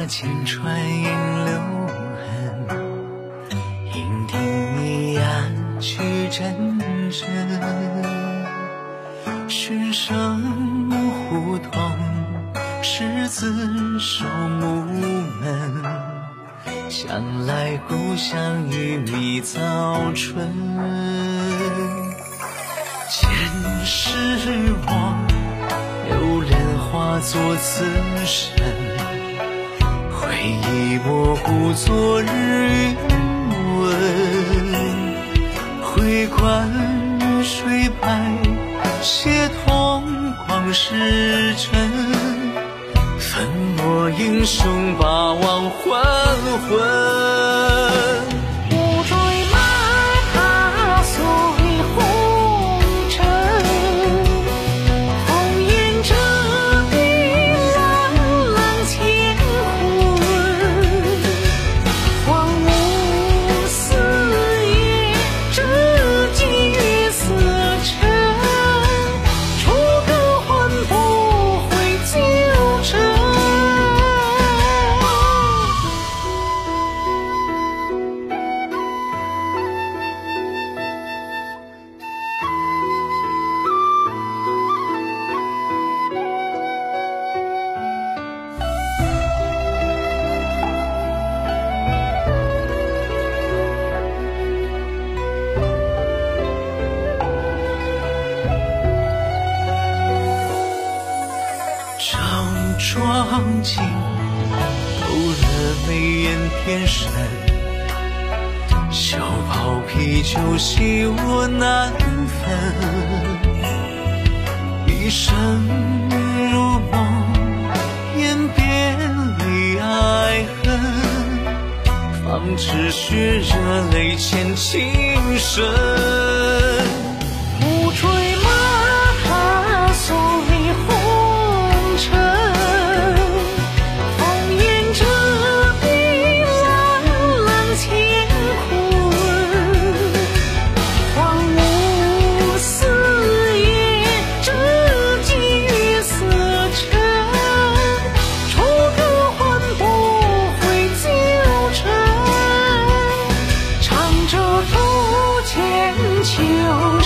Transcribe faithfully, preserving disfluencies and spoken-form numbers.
间穿影留痕，聆听你呀曲阵阵，寻声胡同，十字守木门，想来故乡与你早春。前世我流连化作此生，回忆模糊昨日云纹，回观雨水白，写同光时辰，粉墨英雄把忘还魂。 乌骓马踏碎红尘，红颜遮蔽蓝蓝乾坤，荒芜四野知己月色沉，出歌还不回旧尘。 张庄景，勾勒眉眼偏深，袖袍披酒喜我难分，一生如梦，演别离爱恨，方知血热泪欠情深。 乌骓马踏碎红尘，红颜遮蔽蓝蓝乾坤，荒芜四野知己月色沉，出歌还不回旧尘，唱着渡千秋